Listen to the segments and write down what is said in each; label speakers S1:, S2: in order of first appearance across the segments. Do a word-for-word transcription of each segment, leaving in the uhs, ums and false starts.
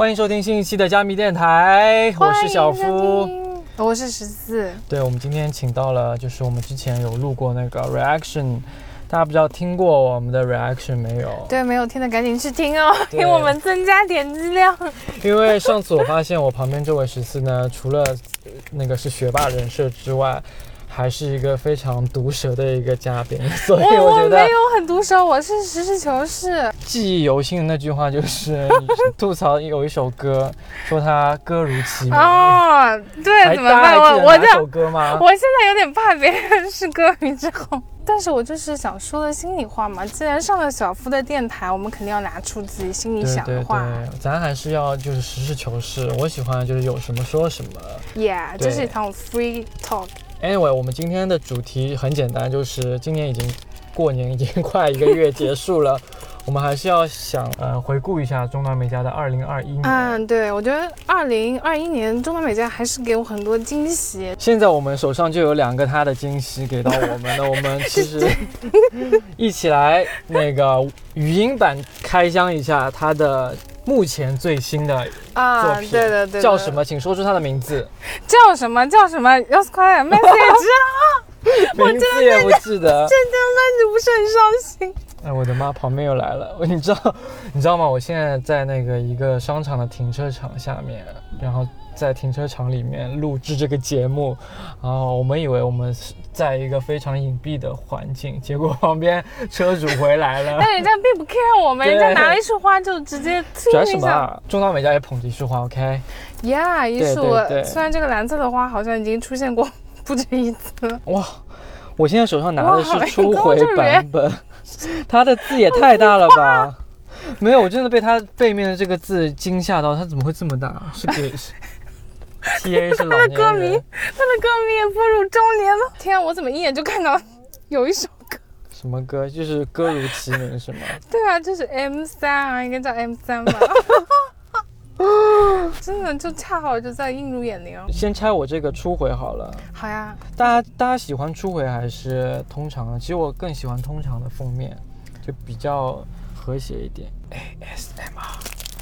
S1: 欢迎收听新一期的加密电台，我是小夫，
S2: 我是十四。
S1: 对，我们今天请到了，就是我们之前有录过那个 reaction， 大家不知道听过我们的 reaction 没有？
S2: 对，没有听的赶紧去听哦，给我们增加点质量。
S1: 因为上次我发现我旁边这位十四呢，除了那个是学霸人设之外，还是一个非常毒舌的一个嘉宾，所以我觉得
S2: 我没有很毒舌，我是实事求是。
S1: 记忆犹新的那句话就是吐槽有一首歌，说他歌如其名。
S2: 哦，对，怎么办？
S1: 我
S2: 我
S1: 这首歌吗？
S2: 我现在有点怕别人是歌迷之后，但是我就是想说的心里话嘛。既然上了小夫的电台，我们肯定要拿出自己心里想的话。
S1: 对对对，咱还是要就是实事求是。我喜欢就是有什么说什么。
S2: Yeah， 这是一场 free talk。Anyway，
S1: 我们今天的主题很简单，就是今年已经过年，已经快一个月结束了，我们还是要想呃回顾一下中南美嘉的二零二一年。
S2: 嗯，对，我觉得二零二一年中南美嘉还是给我很多惊喜。
S1: 现在我们手上就有两个他的惊喜给到我们了，我们其实一起来那个语音版开箱一下他的目前最新的作品
S2: 啊，对的对的，
S1: 叫什么？请说出他的名字。
S2: 叫什么？叫什么？要是快点 message 啊！
S1: 名字也不记得，
S2: 这张专辑不是很伤心。
S1: 哎，我的妈，旁边又来了！你知道，你知道吗？我现在在那个一个商场的停车场下面，然后在停车场里面录制这个节目，然后我们以为我们在一个非常隐蔽的环境，结果旁边车主回来了。
S2: 但人家并不 care 我们，人家拿了一束花就直接
S1: 主要什么、啊？中岛美嘉也捧着一束花 ，OK？
S2: 呀、yeah, 一束。
S1: 对对对，
S2: 虽然这个蓝色的花好像已经出现过不止一次了。
S1: 哇，我现在手上拿的是初回版本，它的字也太大了吧？没有，我真的被它背面的这个字惊吓到，它怎么会这么大？是给T A 是老年人。他的
S2: 歌迷，他的歌迷也步入中年了。天啊，我怎么一眼就看到有一首歌？
S1: 什么歌？就是歌如其名是吗？
S2: 对啊，就是 M 三啊，应该叫 M 三吧。真的就恰好就在映入眼帘。
S1: 先拆我这个初回好了。
S2: 好呀。
S1: 大家大家喜欢初回还是通常的？其实我更喜欢通常的封面，就比较和谐一点。A S M R。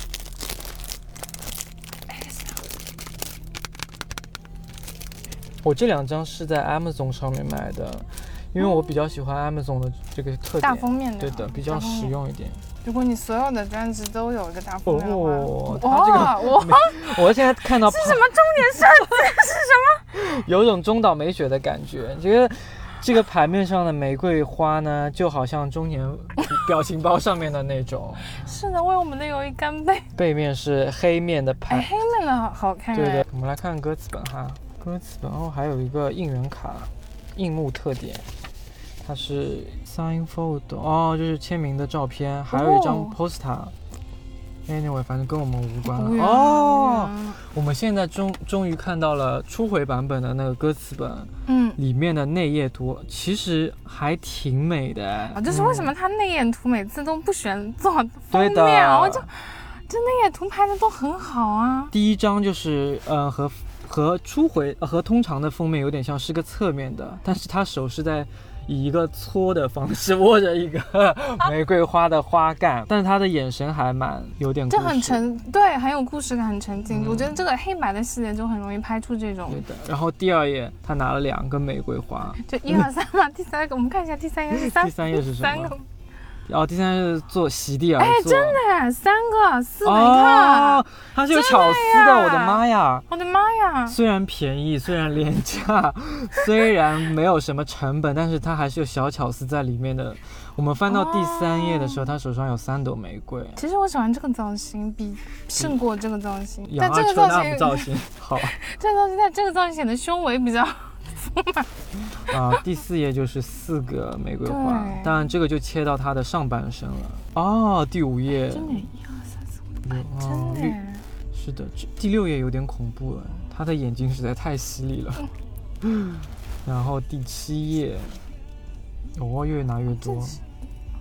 S1: 我这两张是在 Amazon 上面买的，因为我比较喜欢 Amazon 的这个特点，
S2: 大封面的，
S1: 对的，比较实用一点。
S2: 如果你所有的专辑都有一个大封面的话，
S1: 哦，它这个我我现在看到
S2: 是什么重点设计？是什么？
S1: 有种中岛美雪的感觉，觉得这个牌面上的玫瑰花呢，就好像中年表情包上面的那种。
S2: 是的，为我们的友谊干杯。
S1: 背面是黑面的牌，
S2: 哎、黑面的好好看。
S1: 对对，我们来看歌词本哈，歌词本哦，还有一个应援卡，印幕特点。它是 sign photo 哦，就是签名的照片，还有一张 poster。Anyway， 反正跟我们无关了。哦，我们现在终终于看到了初回版本的那个歌词本，嗯，里面的内页图其实还挺美的。
S2: 啊，就是为什么它内页图每次都不选做封面啊？我就这内页图拍的都很好啊。
S1: 第一张就是呃和和初回、呃、和通常的封面有点像，是个侧面的，但是他手是在以一个搓的方式握着一个玫瑰花的花瓣，但是他的眼神还蛮有点故事，
S2: 就很沉，对，很有故事感，很沉静、嗯。我觉得这个黑白的系列就很容易拍出这种。
S1: 对的。然后第二页他拿了两个玫瑰花，
S2: 就一二三嘛。第三个我们看一下，第三页是三。
S1: 第三页是什么？
S2: 三个。
S1: 然后第三是做席地而坐，
S2: 哎，真的，三个四没看，
S1: 哦，它是有巧思的，我的妈呀，
S2: 我的妈呀！
S1: 虽然便宜，虽然廉价，虽然没有什么成本，但是它还是有小巧思在里面的。我们翻到第三页的时候，他、哦、手上有三朵玫瑰。
S2: 其实我喜欢这个造型，比胜过这个造型。
S1: 但这个造型，造型好，
S2: 这个造型，但这个造型显得胸围比较丰满。
S1: 啊，第四页就是四个玫瑰花，当然这个就切到它的上半身了。哦，第五页，
S2: 真的，一二三四五六，
S1: 哦，
S2: 真的，
S1: 是的，第六页有点恐怖了，他的眼睛实在太犀利了。嗯、然后第七页，哦，越拿越多。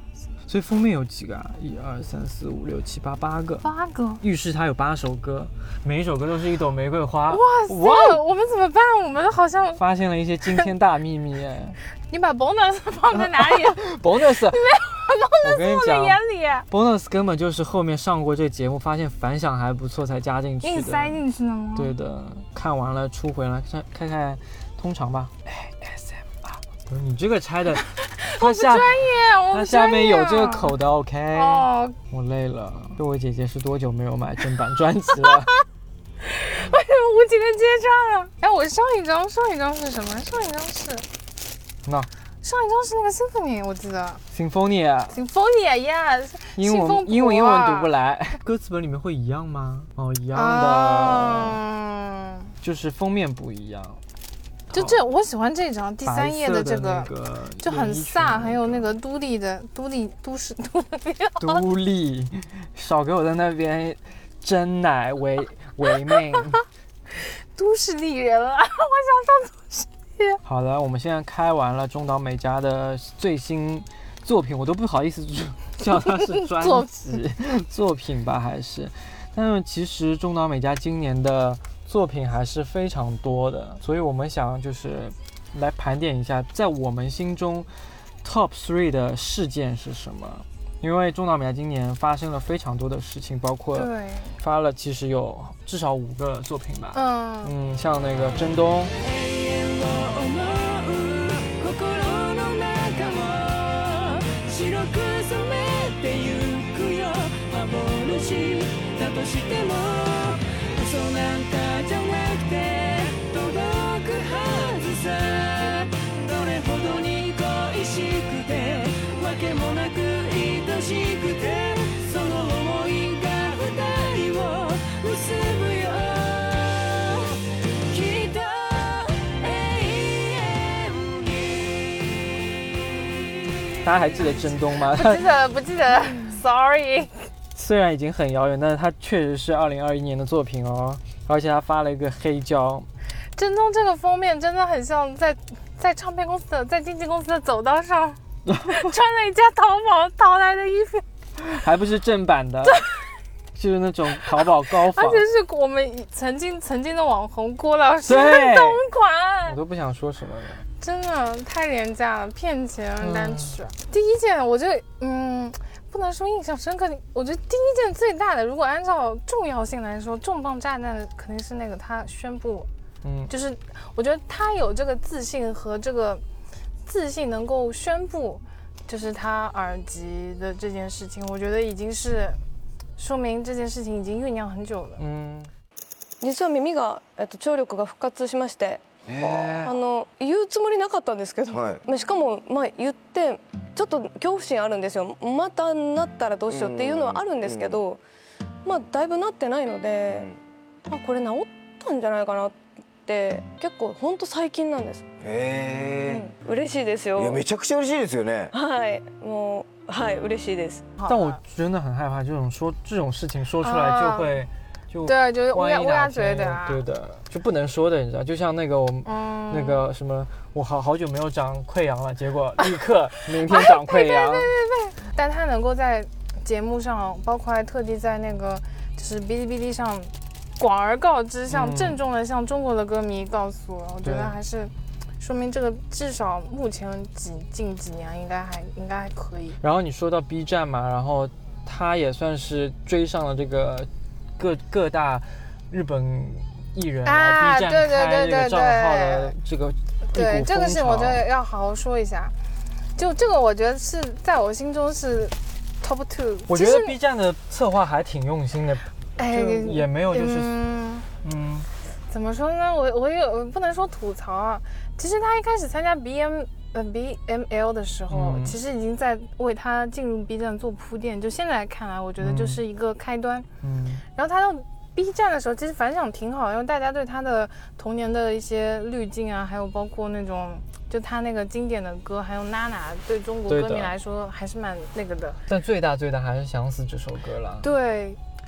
S1: 所以封面有几个啊？一二三四五六七八八个，
S2: 八个。
S1: 预示它有八首歌，每一首歌都是一朵玫瑰花。
S2: 哇塞，哇我们怎么办？我们好像
S1: 发现了一些惊天大秘密哎！
S2: 你把 bonus 放在哪里
S1: ？bonus，
S2: 你没有 bonus
S1: 我跟你讲，
S2: 眼里
S1: bonus 根本就是后面上过这个节目，发现反响还不错才加进去的。
S2: 硬塞进去的吗？
S1: 对的，看完了出回来看看看通常吧。A S M R， 你这个拆的，
S2: 它下专业，
S1: 它下面有这个口的 ，OK。
S2: 哦，
S1: 我累了。各位姐姐是多久没有买正版专辑了？
S2: 为什么无情的接上了？哎，我上一张上一张是什么？上一张是
S1: 那。
S2: 上一张是那个 Symphony， 我记得
S1: Symphonia
S2: Symphonia yes，
S1: 英文英文英文读不来，歌词本里面会一样吗？哦，一样的，啊、就是封面不一样。
S2: 就这，我喜欢这张第三页的这个，
S1: 那个
S2: 就很飒，很有那个都立的都立都市都
S1: 都立，少给我在那边真奶为为命，
S2: 都市丽人了，我想当都市。
S1: 好的，我们现在开完了中岛美嘉的最新作品，我都不好意思叫它是专辑作品吧，还是？但是其实中岛美嘉今年的作品还是非常多的，所以我们想就是来盘点一下，在我们心中 top three 的事件是什么？因为中岛美嘉今年发生了非常多的事情，包括发了其实有至少五个作品吧，嗯嗯，像那个真冬。大家还记得真冬吗？
S2: 不记得，不记得 ，sorry。
S1: 虽然已经很遥远，但是它确实是二零二一年的作品哦，而且他发了一个黑胶。
S2: 真冬这个封面真的很像在在唱片公司的、在经纪公司的走道上穿了一件淘宝淘来的衣服，
S1: 还不是正版的，就是那种淘宝高仿，
S2: 而且是我们曾经曾经的网红郭老师的同款，
S1: 我都不想说什么了。
S2: 真的太廉价了，骗钱单曲、嗯。第一件，我觉得，嗯，不能说印象深刻。我觉得第一件最大的，如果按照重要性来说，重磅炸弹肯定是那个他宣布，嗯，就是我觉得他有这个自信和这个自信能够宣布，就是他耳疾的这件事情，我觉得已经是说明这件事情已经酝酿很久了。嗯，
S3: 実は耳がえっと聴力が復活しまして。あの言うつもりなかったんですけど、はい、しかも、まあ、言ってちょっと恐怖心あるんですよ。またなったらどうしようっていうのはあるんですけど、まあだいぶなってないので、あこれ治ったんじゃないかなって結構本当最近なんです。へえ、うん、嬉しいですよ。いやめちゃくちゃ嬉しいですよね。はい、もうはい嬉しいです。
S1: 但我真的很害怕这种说这种事情说出来就会。就
S2: 对，就是乌鸦乌鸦嘴的、啊，
S1: 对的，就不能说的，你知道，就像那个我们、嗯、那个什么，我好好久没有长溃疡了，结果立刻明天长溃疡。
S2: 对对对对，但他能够在节目上，包括还特地在那个就是哔哩哔哩上广而告之，向郑重的向中国的歌迷告诉了，嗯、我觉得还是说明这个至少目前几近几年应该还应该还可以。
S1: 然后你说到 B 站嘛，然后他也算是追上了这个。各各大日本艺人啊 ，B 站开这个账号的这个
S2: 对这个是我觉得要好好说一下。就这个，我觉得是在我心中是 top two。
S1: 我觉得 B 站的策划还挺用心的，哎，也没有就是
S2: 嗯，嗯怎么说呢？我我有不能说吐槽啊。其实他一开始参加 B M 呃 B M L 的时候、嗯，其实已经在为他进入 B 站做铺垫。就现在看来，我觉得就是一个开端。嗯，然后他到 B 站的时候，其实反响挺好，因为大家对他的童年的一些滤镜啊，还有包括那种就他那个经典的歌，还有娜娜，对中国歌迷来说还是蛮那个的。
S1: 但最大最大还是想死这首歌了。
S2: 对。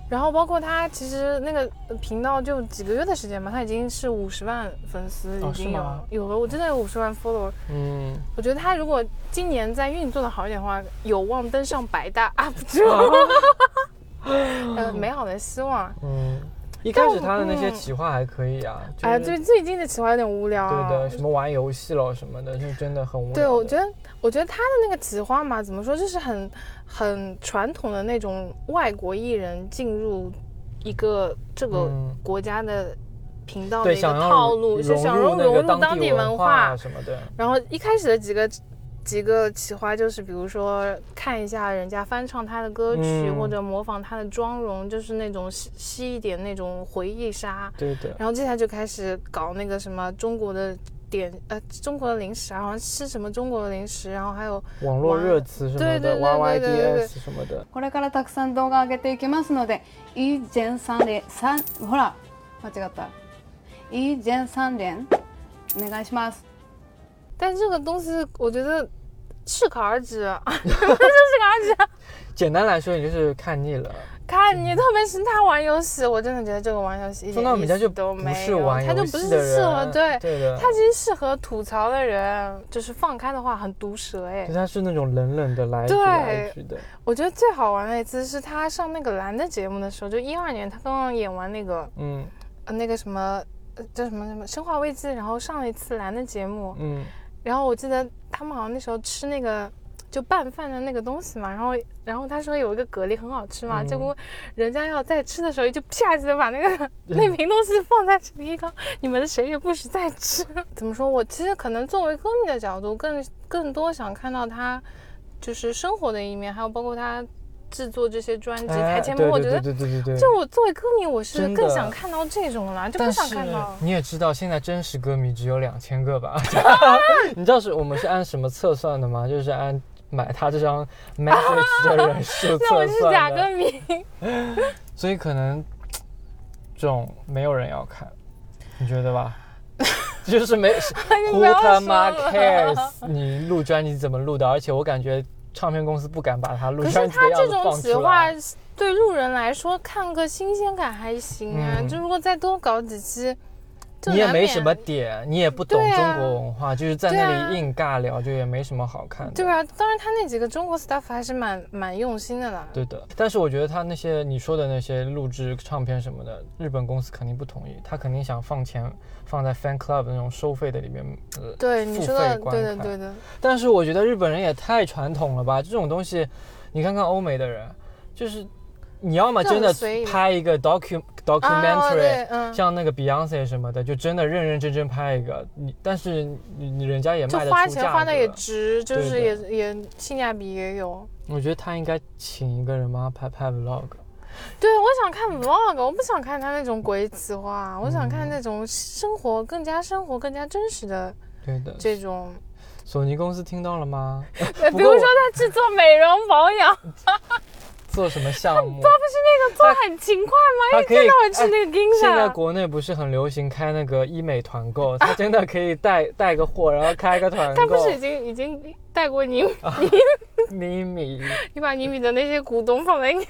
S2: 然后包括他其实那个频道就几个月的时间吧，他已经是五十万粉丝，已经有、
S1: 哦、
S2: 有了，我真的有五十万 follower。
S1: 嗯，
S2: 我觉得他如果今年再运作的好一点的话，有望登上百大 U P 主，呃，美好的希望。
S1: 嗯。一开始他的那些企划还可以啊，
S2: 哎、嗯，最、就是、最近的企划有点无聊、啊。
S1: 对的，什么玩游戏了什么的，是真的很无聊。
S2: 对，我觉得，我觉得他的那个企划嘛，怎么说，就是很很传统的那种外国艺人进入一个这个国家的频道的一个套路，是想融融入当地文化
S1: 什么的。
S2: 然后一开始的几个。几个企划就是比如说看一下人家翻唱他的歌曲、嗯、或者模仿他的妆容，就是那种吸一点那种回忆杀。
S1: 对的。
S2: 然后接下来就开始搞那个什么中国的点呃中国的零食，好像吃什么中国的零食，然后还有
S1: 网络热词什么的，
S2: 对对对
S1: Y Y D S 什么的。
S4: これからたくさん動画上げていきますので、いい全三連三ほら間違った。いい全三連お願いします。
S2: 但这个东西我觉得适可而止，就是适可而止。
S1: 简单来说，你就是看腻了。
S2: 看你，特别是他玩游戏，我真的觉得这个玩游戏一点意思都没有。
S1: 不是玩游戏的人，
S2: 他就不是适合对，
S1: 对的。
S2: 他其实适合吐槽的人，就是放开的话很毒舌哎。
S1: 他是那种冷冷的来一句来一句的。
S2: 我觉得最好玩的一次是他上那个蓝的节目的时候，就一二年，他刚刚演完那个嗯、呃、那个什么叫什么什么生化危机，然后上了一次蓝的节目嗯。然后我记得他们好像那时候吃那个就拌饭的那个东西嘛，然后然后他说有一个蛤蜊很好吃嘛，嗯、结果人家要在吃的时候就啪叽的把那个那瓶东西放在这里，刚你们谁也不许再吃。怎么说？我其实可能作为歌迷的角度，更更多想看到他就是生活的一面，还有包括他制作这些专辑、哎、台前幕，我觉得就我作为歌迷，我是更想看到这种啦，就不想看到。
S1: 你也知道，现在真实歌迷只有两千个吧？你知道是我们是按什么测算的吗？就是按买他这张 message 的人数测算的。
S2: 那我是假歌迷。
S1: 所以可能这种没有人要看，你觉得吧？就是没 who 他妈 cares 你录专辑怎么录的？而且我感觉。唱片公司不敢把它录专辑的样子放出来。可是他这种企划
S2: 对路人来说看个新鲜感还行啊，嗯、就如果再多搞几期，
S1: 你也没什么点，你也不懂中国文化，啊、就是在那里硬尬聊，就也没什么好看的。
S2: 对啊，当然他那几个中国 stuff 还是蛮蛮用心的啦。
S1: 对的，但是我觉得他那些你说的那些录制唱片什么的，日本公司肯定不同意，他肯定想放钱放在 fan club 那种收费的里面，呃，
S2: 对你说的，对的对的。
S1: 但是我觉得日本人也太传统了吧，这种东西，你看看欧美的人，就是你要么真的拍一个 docu documentary，、啊嗯、像那个 Beyonce 什么的，就真的认认真真拍一个，你但是你你人家也卖得出价格，
S2: 就花钱花的也值，就是也也性价比也有。
S1: 我觉得他应该请一个人帮他拍拍 vlog。
S2: 对，我想看 vlog， 我不想看他那种鬼企划，我想看那种生活更加生活更加真实的。
S1: 对的，
S2: 这种。
S1: 索尼公司听到了吗？
S2: 比如说他制作美容保养。
S1: 做什么项目？
S2: 他不是那个做很勤快吗？一天到晚去那个 Ginza。
S1: 现在国内不是很流行开那个医美团购，他真的可以带带个货，然后开个团购。
S2: 他不是已经已经带过你
S1: 妮米？
S2: 你把妮米的那些股东放在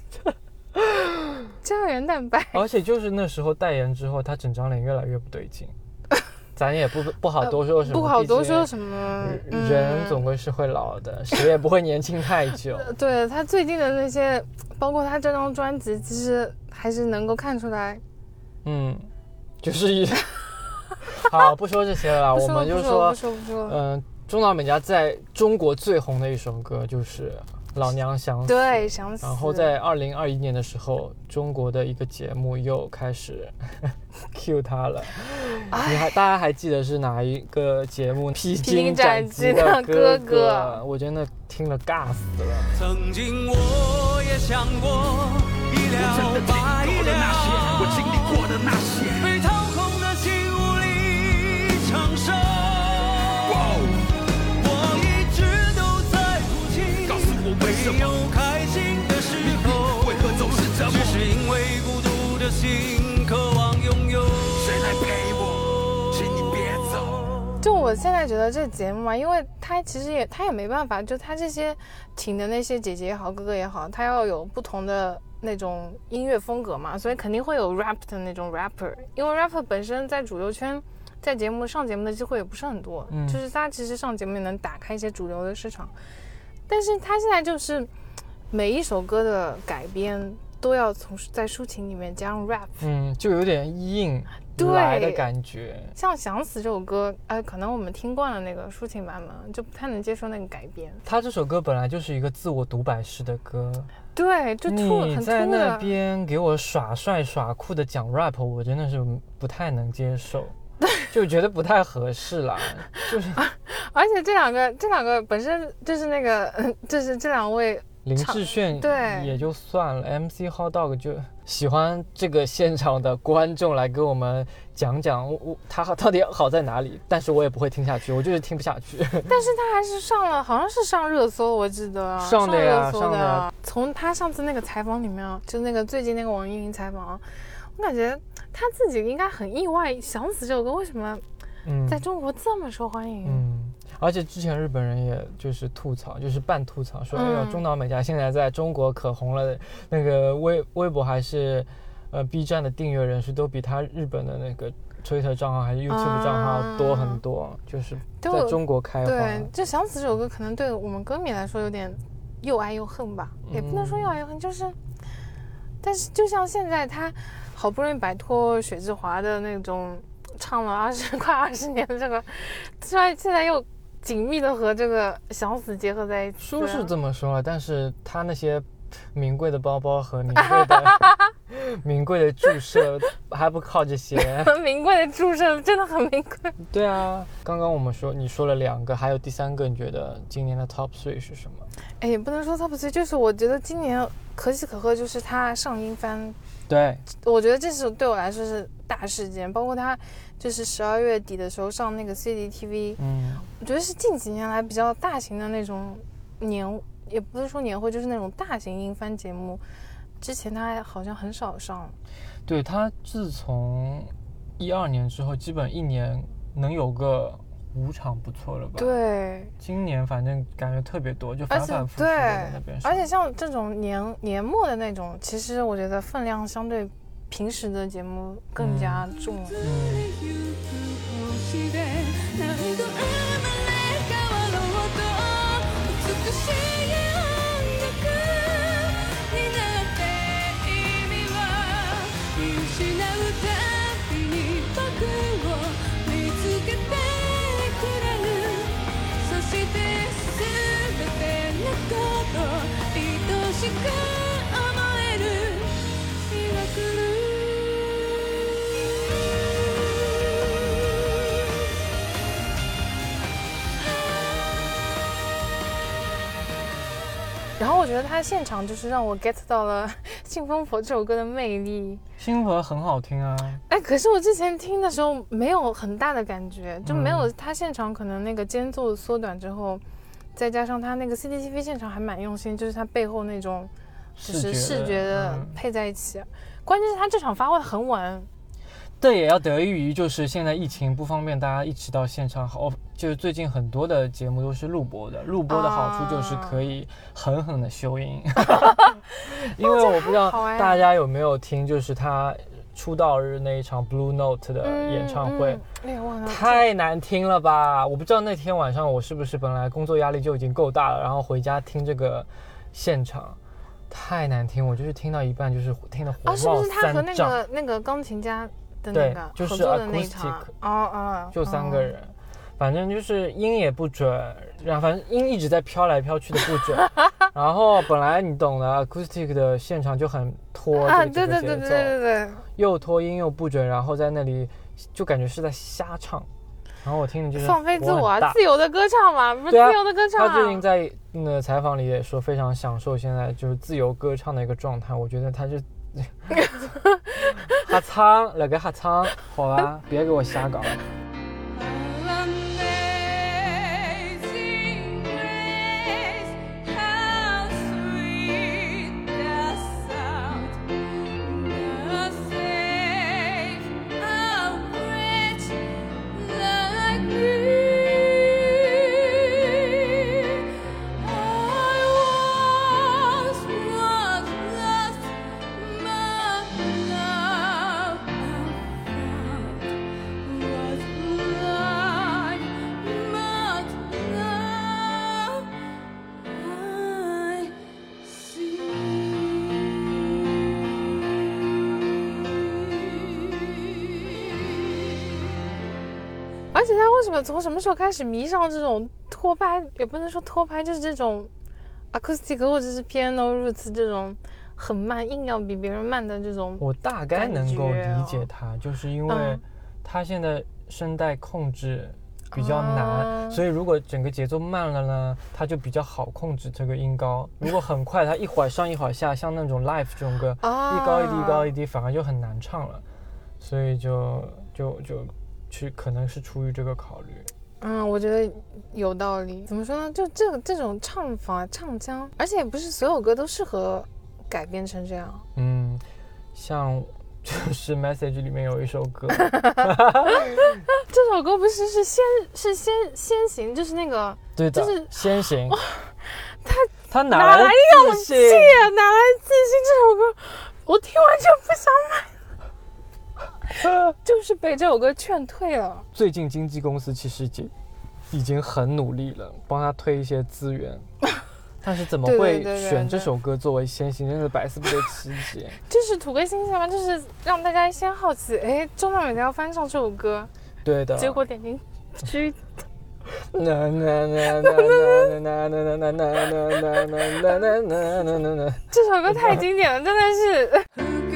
S2: 胶原蛋白。
S1: 而且就是那时候代言之后，他整张脸越来越不对劲。咱也不不好多说什么、呃，
S2: 不好多说什么。
S1: 人总归是会老的，嗯、谁也不会年轻太久。
S2: 对他最近的那些，包括他这张专辑，其实还是能够看出来。
S1: 嗯，就是好不说这些了，我们就说，
S2: 不说不说。
S1: 嗯、呃，中岛美嘉在中国最红的一首歌就是《老娘想死》，
S2: 对，想死。
S1: 然后在二零二一年的时候，中国的一个节目又开始cue 他了。你还大家还记得是哪一个节目？披荆斩棘的哥哥，我真的听了尬死了。曾经我也想过一了百了，我经历过的那些，被掏空的心无力承受。我一直都在哭泣，告诉我为什么有开心的时候，为何总是这么，只是因为孤独的心渴望拥有谁来陪我。
S2: 就我现在觉得这节目嘛，因为他其实也他也没办法，就他这些请的那些姐姐也好，哥哥也好，他要有不同的那种音乐风格嘛，所以肯定会有 rap 的那种 rapper， 因为 rapper 本身在主流圈在节目上节目的机会也不是很多、嗯、就是他其实上节目也能打开一些主流的市场，但是他现在就是每一首歌的改编都要从在抒情里面加上 rap，
S1: 嗯，就有点硬来的感觉。
S2: 像想死这首歌，哎，可能我们听惯了那个抒情版本，就不太能接受那个改编。
S1: 他这首歌本来就是一个自我独白式的歌，
S2: 对，就突
S1: 你在那边给我耍帅耍酷的讲 rap， 我真的是不太能接受，就觉得不太合适啦。就是、啊，
S2: 而且这两个这两个本身就是那个，就是这两位。
S1: 林志炫
S2: 对
S1: 也就算了 ，M C Hot Dog 就喜欢这个现场的观众来给我们讲讲我他到底好在哪里，但是我也不会听下去，我就是听不下去。
S2: 但是他还是上了，好像是上热搜，我记得
S1: 上的呀，
S2: 上的呀。从他上次那个采访里面，就那个最近那个网易云采访，我感觉他自己应该很意外，想死这首歌为什么在中国这么受欢迎。
S1: 嗯。而且之前日本人也就是吐槽，就是半吐槽说，嗯、哎呦，中岛美嘉现在在中国可红了，那个微微博还是呃 B 站的订阅人数都比他日本的那个 Twitter 账号还是 YouTube 账号多很多，嗯、就是在中国开花。
S2: 对，就想死这首歌可能对我们歌迷来说有点又爱又恨吧，嗯、也不能说又爱又恨，就是，但是就像现在他好不容易摆脱许志华的那种唱了二十快二十年的这个，虽然现在又。紧密的和这个想死结合在一起，
S1: 说是这么说了，但是他那些名贵的包包和名贵的名贵的注射还不靠这些。
S2: 名贵的注射真的很名贵。
S1: 对啊，刚刚我们说你说了两个，还有第三个，你觉得今年的 top three 是什么？
S2: 哎，也不能说 top three， 就是我觉得今年可喜可贺，就是他上音番。
S1: 对，
S2: 我觉得这是对我来说是大事件，包括他就是十二月底的时候上那个 C D T V， 嗯，我觉得是近几年来比较大型的那种年，也不是说年会，就是那种大型音番节目，之前他好像很少上。
S1: 对，他自从一二年之后，基本一年能有个五场不错了吧？
S2: 对，
S1: 今年反正感觉特别多，就反反复复的在那边上。
S2: 而且像这种年年末的那种，其实我觉得分量相对平时的节目更加重了。嗯然后我觉得他现场就是让我 get 到了《信封佛》这首歌的魅力。
S1: 信佛很好听啊，
S2: 哎，可是我之前听的时候没有很大的感觉，就没有他现场可能那个间奏缩短之后，再加上他那个 C D T V 现场还蛮用心，就是他背后那种就是视觉的配在一起。嗯、关键是他这场发挥的很稳。
S1: 这也要得益于就是现在疫情不方便，大家一起到现场好，就是最近很多的节目都是录播的，录播的好处就是可以狠狠的修音，啊、因为我不知道大家有没有听，就是他出道日那一场 Blue Note 的演唱会，
S2: 嗯嗯、
S1: 太难听了吧！我不知道那天晚上我是不是本来工作压力就已经够大了，然后回家听这个现场。太难听，我就是听到一半就是听得火冒三丈。啊，是不是他和
S2: 那个那个钢琴家的那个
S1: 就是
S2: 合作的那一场？哦哦，
S1: 就三个人，哦、反正就是音也不准，然后反正音一直在飘来飘去的不准。然后本来你懂的 ，acoustic 的现场就很拖这个节奏，
S2: 对对对对对对，
S1: 又拖音又不准，然后在那里就感觉是在瞎唱。然后我听的就是
S2: 放飞自我啊，自由的歌唱嘛，不是自由的歌唱、啊。
S1: 他最近在那个采访里也说，非常享受现在就是自由歌唱的一个状态。我觉得他就哈唱那个哈唱，好吧，别给我瞎搞。
S2: 而且他为什么从什么时候开始迷上这种拖拍，也不能说拖拍，就是这种 acoustic 或者是 piano roots 这种很慢，硬要比别人慢的这种。
S1: 我大概能够理解他，就是因为
S2: 嗯
S1: 他现在声带控制比较难，
S2: 啊
S1: 所以如果整个节奏慢了呢，他就比较好控制这个音高。如果很快，他一会儿上一会儿下，像那种 live 这种歌，
S2: 啊
S1: 一高一低一高一低，反而就很难唱了。所以就就就去可能是出于这个考虑。
S2: 嗯，我觉得有道理。怎么说呢？就这个这种唱法、唱腔，而且也不是所有歌都适合改编成这样。
S1: 嗯，像就是《Message》里面有一首歌，
S2: 这首歌不是是先是先先行，就是那个
S1: 对的，
S2: 就是
S1: 先行。
S2: 他
S1: 他哪
S2: 哪来
S1: 来
S2: 勇气
S1: 自信？
S2: 啊？哪来自信？这首歌我听完就不想买。就是被这首歌劝退了。
S1: 最近经纪公司其实已经已经很努力了，帮他推一些资源，但是怎么会选这首歌作为先行，真的百思不得其解。
S2: 就是图个新鲜嘛，就是让大家先好奇，哎，中岛美嘉要翻唱这首歌，
S1: 对的。
S2: 结果点进去，
S1: 那那那那那那那那那那那那那那那，
S2: 这首歌太经典了，真的是。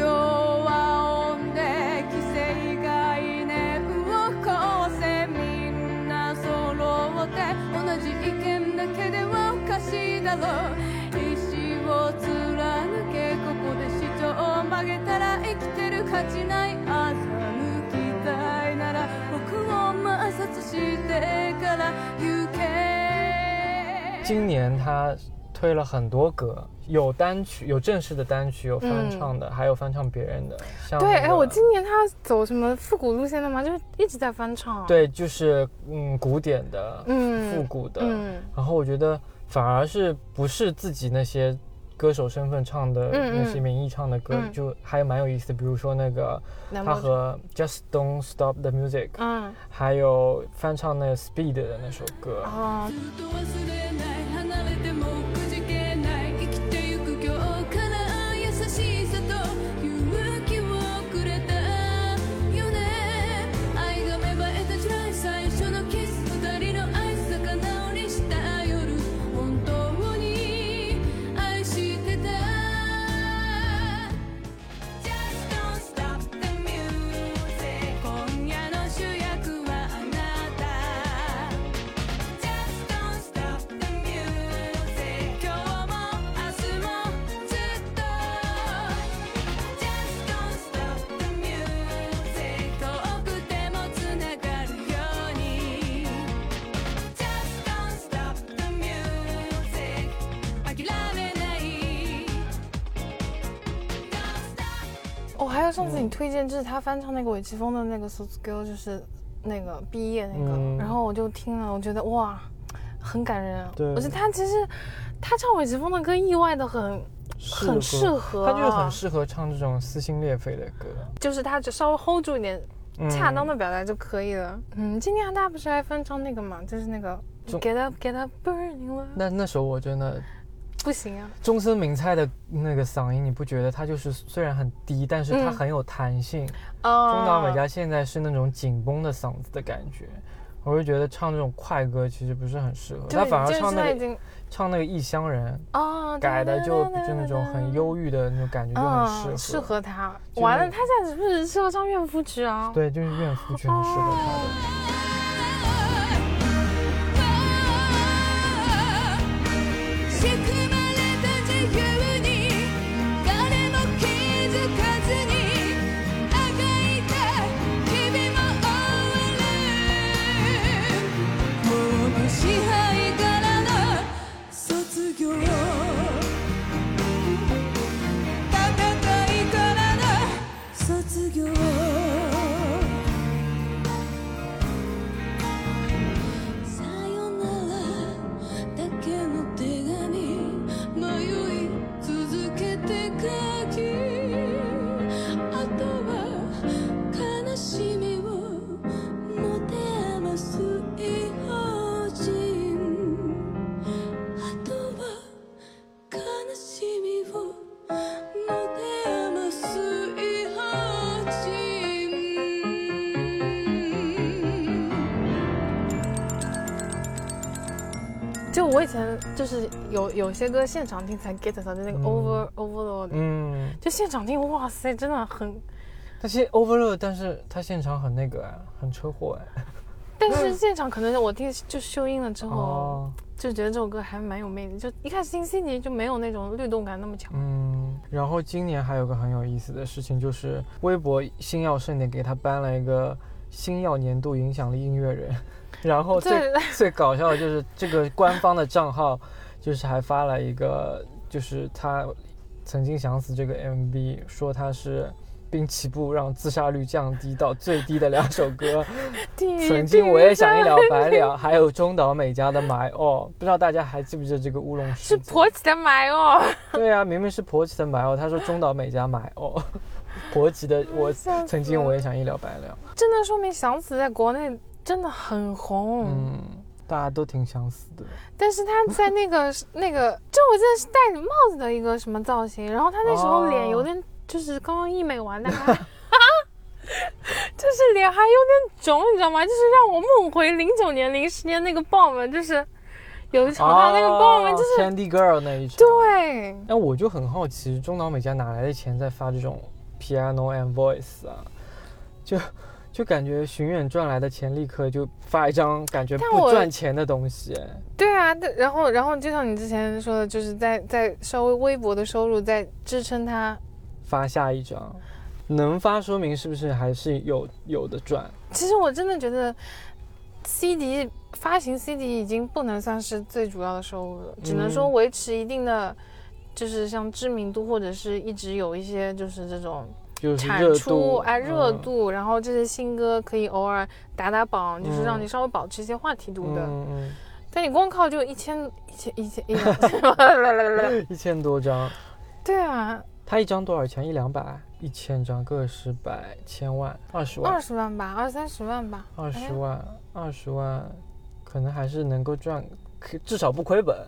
S1: 今年他推了很多歌，有单曲，有正式的单曲，有翻唱的，嗯、还有翻唱别人的。像、那个、
S2: 对，哎，我今年他走什么复古路线的吗？就是一直在翻唱。
S1: 对，就是嗯古典的，
S2: 嗯，
S1: 复古的。
S2: 嗯，
S1: 然后我觉得反而是不是自己那些歌手身份唱的那些民意唱的歌，嗯、就还蛮有意思的。比如说那个他和 Just Don't Stop the Music， 嗯，还有翻唱那个 Speed 的那首歌。啊。
S2: 上次你推荐就是他翻唱那个韦奇峰的那个 Sotsugo， 就是那个毕业那个、嗯，然后我就听了，我觉得哇，很感人。对，我觉得他其实他唱韦奇峰的歌意外的很很适合，
S1: 他就是很适合唱这种撕心裂肺的歌，
S2: 就是他只稍微 hold 住一点，恰当的表达就可以了。嗯，今年大家不是还翻唱那个嘛，就是那个 Get Up Get Up Burning Love。
S1: 那那首我真的。
S2: 不行啊！
S1: 中森明菜的那个嗓音，你不觉得他就是虽然很低，但是他很有弹性。嗯、中岛美嘉现在是那种紧绷的嗓子的感觉，我就觉得唱这种快歌其实不是很适合，他反而唱那个唱那个《异乡人》哦，改的就就那种很忧郁的那种感觉，就很适合，
S2: 适合他。完了，他现在是不是适合唱《怨妇曲》啊？
S1: 对，就是《怨妇曲》很适合他的。
S2: 就我以前就是有有些歌现场听才 get 到，就那个 over、嗯、overload，
S1: 嗯，
S2: 就现场听，哇塞，真的很。
S1: 但是 overload， 但是他现场很那个啊，很车祸哎。
S2: 但是现场可能我听就修音了之后，
S1: 哦、
S2: 就觉得这首歌还蛮有魅力。就一开始听 C D 就没有那种律动感那么强。
S1: 嗯，然后今年还有个很有意思的事情，就是微博星耀盛典给他颁了一个星耀年度影响力音乐人。然后最最搞笑的就是这个官方的账号，就是还发了一个，就是他曾经想死这个 M V， 说他是滨崎步让自杀率降低到最低的两首歌。曾经我也想一了百了，还有中岛美嘉的 My All， 不知道大家还记不记得这个乌龙事件？
S2: 是婆吉的 My All。对
S1: 啊，明明是婆吉的 My All， 他说中岛美嘉 My All， 婆吉的我曾经我也想一了百了。
S2: 真的说明想死在国内真的很红，
S1: 嗯，大家都挺想死的。
S2: 但是他在那个那个，就我记得是戴着帽子的一个什么造型，然后他那时候脸有点，就是刚刚医美完的，还就是脸还有点肿，你知道吗？就是让我梦回零九年、零十年那个豹们，就是有一场他那个豹们就是、
S1: 哦、Candy Girl 那一场。
S2: 对。
S1: 那我就很好奇，中岛美嘉哪来的钱在发这种 Piano and Voice 啊？就。就感觉巡演赚来的钱立刻就发一张感觉不赚钱的东西。
S2: 对啊，然后然后就像你之前说的，就是在在稍微微薄的收入在支撑他
S1: 发下一张，能发说明是不是还是有有的赚。
S2: 其实我真的觉得 C D 发行 C D 已经不能算是最主要的收入了，只能说维持一定的就是像知名度，或者是一直有一些就是这种
S1: 就是
S2: 产出哎热度、嗯，然后这些新歌可以偶尔打打榜、嗯，就是让你稍微保持一些话题度的。
S1: 嗯嗯。
S2: 但你光靠就一千一千一千一两千，
S1: 一千多张。
S2: 对啊。
S1: 他一张多少钱？一两百？一千张，个十百千万，二十万。
S2: 二十万吧，二三十万吧。
S1: 二十万，二十万，可能还是能够赚，至少不亏本。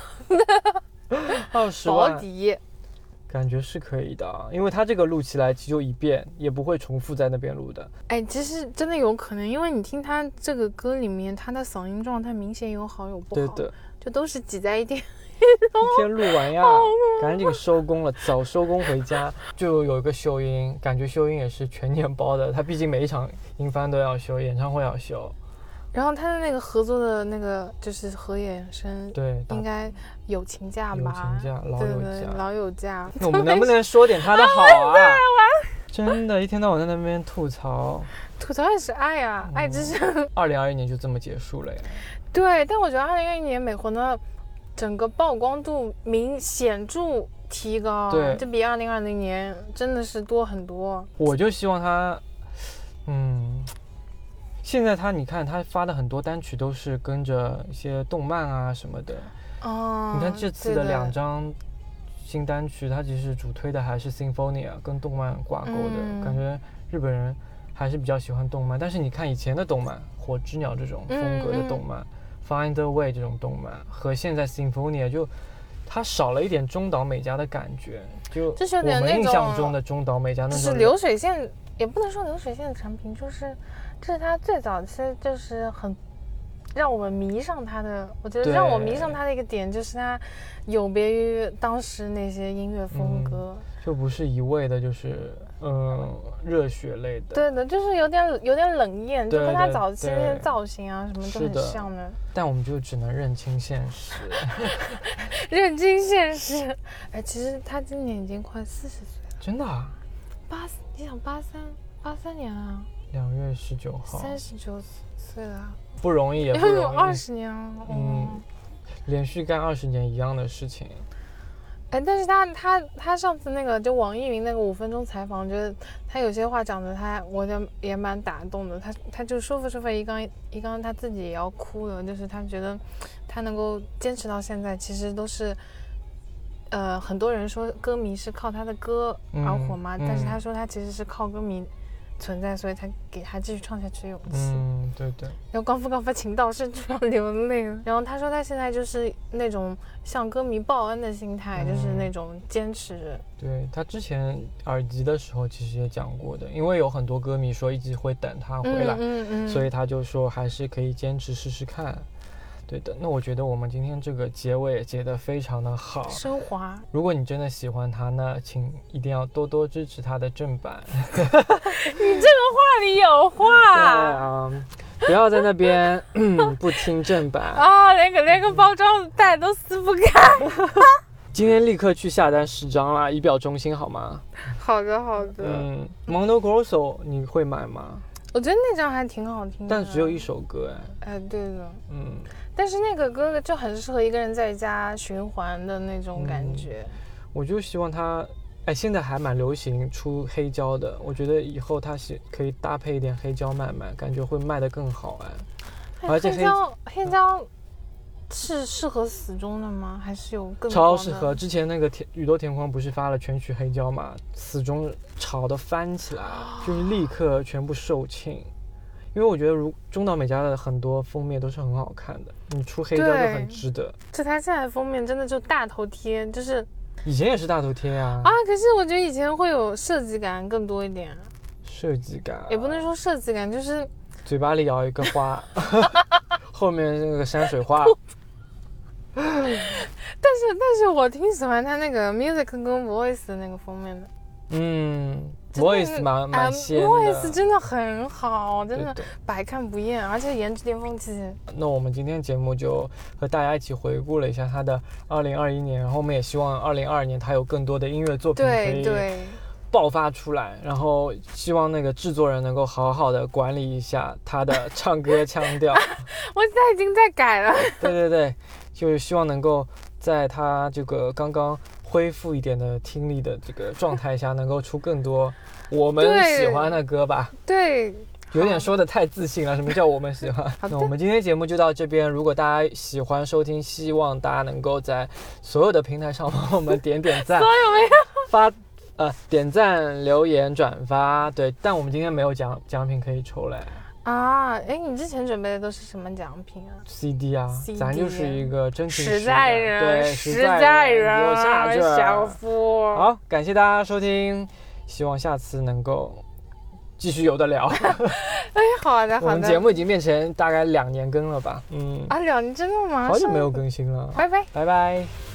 S1: 二十万。保
S2: 底。
S1: 感觉是可以的，因为他这个录起来就一遍，也不会重复在那边录的。
S2: 哎，其实真的有可能，因为你听他这个歌里面，他的嗓音状态明显有好有不好，
S1: 对的，
S2: 就都是挤在一天，
S1: 一天录完呀，赶紧收工了，早收工回家。就有一个修音，感觉修音也是全年包的，他毕竟每一场音翻都要修，演唱会要修。
S2: 然后他的那个合作的那个就是合演生，
S1: 对，
S2: 应该有请假吧？
S1: 有请假，老有假，
S2: 老有假。
S1: 那我们能不能说点他的好啊？真的，一天到晚在那边吐槽，
S2: 吐槽也是爱啊，嗯、爱之深。
S1: 二零二一年就这么结束了呀？
S2: 对，但我觉得二零二一年美魂的整个曝光度明显著提高，
S1: 对，
S2: 就比二零二零年真的是多很多。
S1: 我就希望他，嗯。现在他，你看他发的很多单曲都是跟着一些动漫啊什么的。
S2: 哦。
S1: 你看这次的两张新单曲，他其实主推的还是 Symphonia， 跟动漫挂钩的、嗯，感觉日本人还是比较喜欢动漫。但是你看以前的动漫，火之鸟这种风格的动漫、嗯嗯、，Find a Way 这种动漫，和现在 Symphonia 就它少了一点中岛美嘉的感觉，就我们印象中的中岛美嘉那种。
S2: 就是流水线，也不能说流水线的产品，就是。这是他最早期就是很让我们迷上他的，我觉得让我迷上他的一个点就是他有别于当时那些音乐风格、嗯、
S1: 就不是一味的就是嗯热血类的，
S2: 对的，就是有点有点冷艳，就跟他早期那些造型啊什么都很像的。
S1: 但我们就只能认清现实。
S2: 认清现实。哎，其实他今年已经快四十岁了。
S1: 真的啊？
S2: 八，你想八三八三年啊？
S1: 两月十九号，
S2: 三十九岁了，
S1: 不容易，也不容易。
S2: 二十年了，
S1: 嗯，连续干二十年一样的事情。
S2: 哎，但是他他他上次那个就网易云那个五分钟采访，我觉得他有些话讲的他，我觉得也蛮打动的。他他就说服说服一刚一刚他自己也要哭了，就是他觉得他能够坚持到现在，其实都是。呃，很多人说歌迷是靠他的歌而火嘛、嗯嗯，但是他说他其实是靠歌迷存在，所以才给他继续唱下去勇气。
S1: 嗯，对对。
S2: 然后高夫高夫情到深处要流泪了。然后他说他现在就是那种向歌迷报恩的心态、嗯，就是那种坚持。
S1: 对，他之前耳机的时候其实也讲过的，因为有很多歌迷说一直会等他回来，
S2: 嗯嗯嗯、
S1: 所以他就说还是可以坚持试试看。 对的，那我觉得我们今天这个结尾也结得非常的好，
S2: 升华。
S1: 如果你真的喜欢他，那请一定要多多支持他的正版。
S2: 你这个话里有话。
S1: 对啊，不要在那边不听正版
S2: 啊、哦，连个连个包装袋都撕不开。
S1: 今天立刻去下单十张啦，以表忠心好吗？
S2: 好的好的。
S1: 嗯 Mondo Grosso 你会买吗？
S2: 我觉得那张还挺好听的，
S1: 但只有一首歌
S2: 哎。哎，对的，
S1: 嗯。
S2: 但是那个歌就很适合一个人在家循环的那种感觉。
S1: 嗯、我就希望他，哎，现在还蛮流行出黑胶的，我觉得以后他可以搭配一点黑胶卖卖，感觉会卖得更好哎。
S2: 哎而且黑胶黑胶是适合死忠的吗？还是有更
S1: 超适合？之前那个田宇多田光不是发了全曲黑胶嘛，死忠炒得翻起来，就是立刻全部售罄。因为我觉得如中岛美嘉的很多封面都是很好看的，你出黑胶就很值得。
S2: 就它现在的封面真的就大头贴，就是
S1: 以前也是大头贴啊。
S2: 啊，可是我觉得以前会有设计感更多一点。
S1: 设计感、啊、
S2: 也不能说设计感，就是
S1: 嘴巴里咬一个花，后面那个山水画。
S2: 但是但是我挺喜欢他那个 Music 跟 Voice 的那个封面的。
S1: 嗯 ，Voice 蛮蛮仙的、
S2: 呃、，Voice 真的很好，真的百看不厌，而且颜值巅峰期。
S1: 那我们今天节目就和大家一起回顾了一下他的二零二一年，然后我们也希望二零二二年他有更多的音乐作品可以爆发出来，然后希望那个制作人能够好好的管理一下他的唱歌腔调。
S2: 我现在已经在改了。
S1: 对对对，就是希望能够在他这个刚刚恢复一点的听力的这个状态下，能够出更多我们喜欢的歌吧。
S2: 对，
S1: 有点说的太自信了。什么叫我们喜欢？那我们今天节目就到这边。如果大家喜欢收听，希望大家能够在所有的平台上帮我们点点赞，
S2: 所有没有
S1: 发呃点赞、留言、转发。对，但我们今天没有奖奖品可以抽嘞。
S2: 啊，哎，你之前准备的都是什么奖品啊
S1: ？C D 啊 ，C D 咱就是一个真情
S2: 实在人，
S1: 对，
S2: 实在人，
S1: 有下这
S2: 小夫。
S1: 好，感谢大家收听，希望下次能够继续有的聊。
S2: 哎，好的好的。
S1: 我们节目已经变成大概两年更了吧？嗯。
S2: 啊，两年真的吗？
S1: 好久没有更新了。
S2: 拜拜，
S1: 拜拜。